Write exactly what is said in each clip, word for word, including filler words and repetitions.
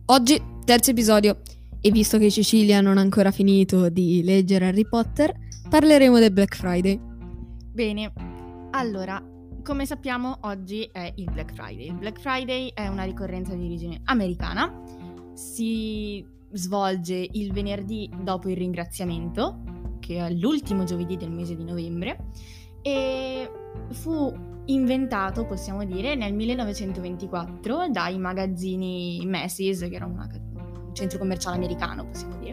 Oggi, terzo episodio, e visto che Cecilia non ha ancora finito di leggere Harry Potter, parleremo del Black Friday. Bene, allora, come sappiamo oggi è il Black Friday. Il Black Friday è una ricorrenza di origine americana, si svolge il venerdì dopo il ringraziamento, che è l'ultimo giovedì del mese di novembre, e fu inventato, possiamo dire, nel millenovecentoventiquattro dai magazzini Macy's, che era una, un centro commerciale americano, possiamo dire,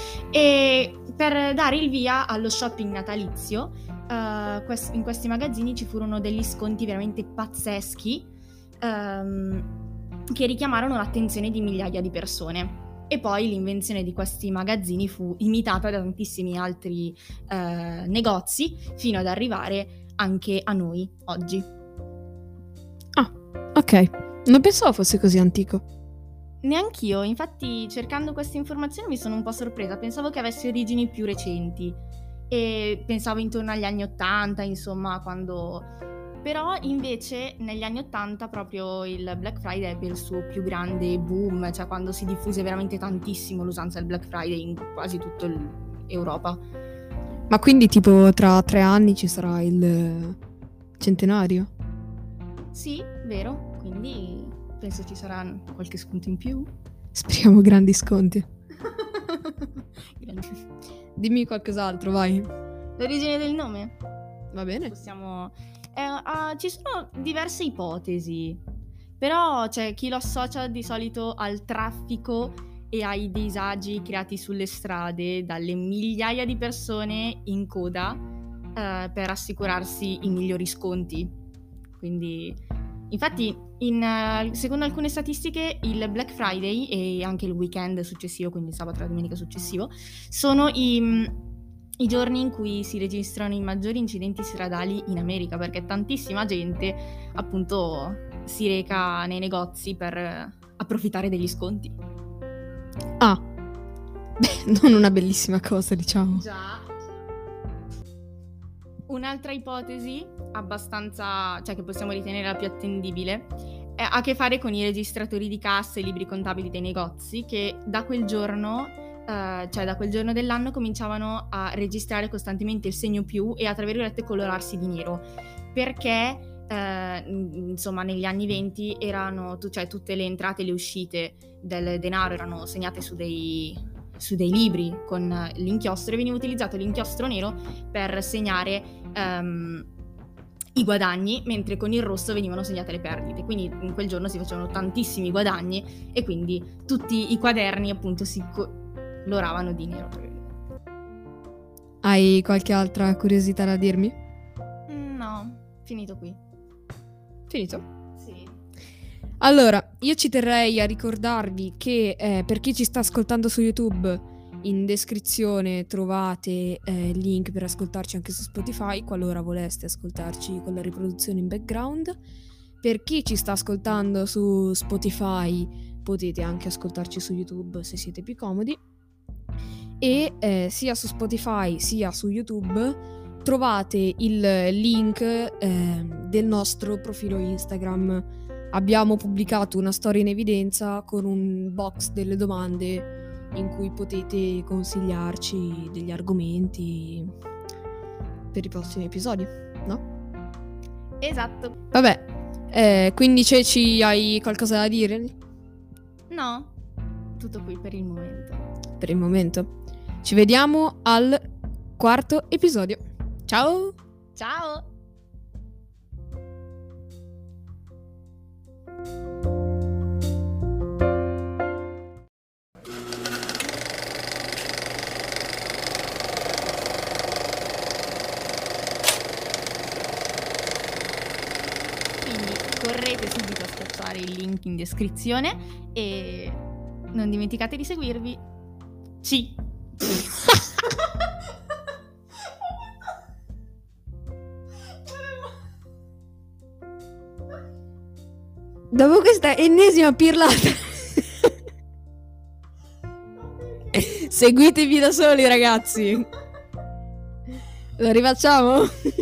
e per dare il via allo shopping natalizio, uh, quest- in questi magazzini ci furono degli sconti veramente pazzeschi um, che richiamarono l'attenzione di migliaia di persone. E poi l'invenzione di questi magazzini fu imitata da tantissimi altri uh, negozi fino ad arrivare anche a noi oggi. Ah, ok. Non pensavo fosse così antico. Neanch'io, infatti cercando queste informazioni mi sono un po' sorpresa, pensavo che avesse origini più recenti e pensavo intorno agli anni ottanta, insomma, quando... Però invece negli anni ottanta proprio il Black Friday ebbe il suo più grande boom, cioè quando si diffuse veramente tantissimo l'usanza del Black Friday in quasi tutta l'Europa. Ma quindi tipo tra tre anni ci sarà il centenario? Sì, vero, quindi penso ci sarà qualche sconto in più. Speriamo grandi sconti. Grandi. Dimmi qualcos'altro, vai. L'origine del nome? Va bene. Possiamo... Eh, uh, ci sono diverse ipotesi, però c'è chi lo associa di solito al traffico e ai disagi creati sulle strade dalle migliaia di persone in coda uh, per assicurarsi i migliori sconti. Quindi, infatti, in, uh, secondo alcune statistiche, il Black Friday e anche il weekend successivo, quindi il sabato e la domenica successivo, sono i, i giorni in cui si registrano i maggiori incidenti stradali in America, perché tantissima gente, appunto, si reca nei negozi per approfittare degli sconti. Ah, beh, non una bellissima cosa, diciamo. Già. Un'altra ipotesi abbastanza, cioè che possiamo ritenere la più attendibile, è, ha a che fare con i registratori di cassa e i libri contabili dei negozi che da quel giorno, eh, cioè da quel giorno dell'anno cominciavano a registrare costantemente il segno più e a tra virgolette colorarsi di nero, perché eh, insomma negli anni venti erano, cioè tutte le entrate e le uscite del denaro erano segnate su dei su dei libri con l'inchiostro e veniva utilizzato l'inchiostro nero per segnare um, i guadagni, mentre con il rosso venivano segnate le perdite. Quindi in quel giorno si facevano tantissimi guadagni e quindi tutti i quaderni appunto si coloravano di nero. Hai qualche altra curiosità da dirmi? No, finito qui. Finito? Sì. Allora, io ci terrei a ricordarvi che eh, per chi ci sta ascoltando su YouTube, in descrizione trovate eh, il link per ascoltarci anche su Spotify, qualora voleste ascoltarci con la riproduzione in background. Per chi ci sta ascoltando su Spotify, potete anche ascoltarci su YouTube se siete più comodi. E eh, sia su Spotify sia su YouTube trovate il link eh, del nostro profilo Instagram. Abbiamo pubblicato una storia in evidenza con un box delle domande in cui potete consigliarci degli argomenti per i prossimi episodi, no? Esatto. Vabbè, eh, quindi Ceci, hai qualcosa da dire? No, tutto qui per il momento. Per il momento. Ci vediamo al quarto episodio. Ciao! Ciao! Correte subito a schiacciare il link in descrizione e non dimenticate di seguirvi. Sì. Dopo questa ennesima pirlata seguitevi da soli, ragazzi. Lo rifacciamo?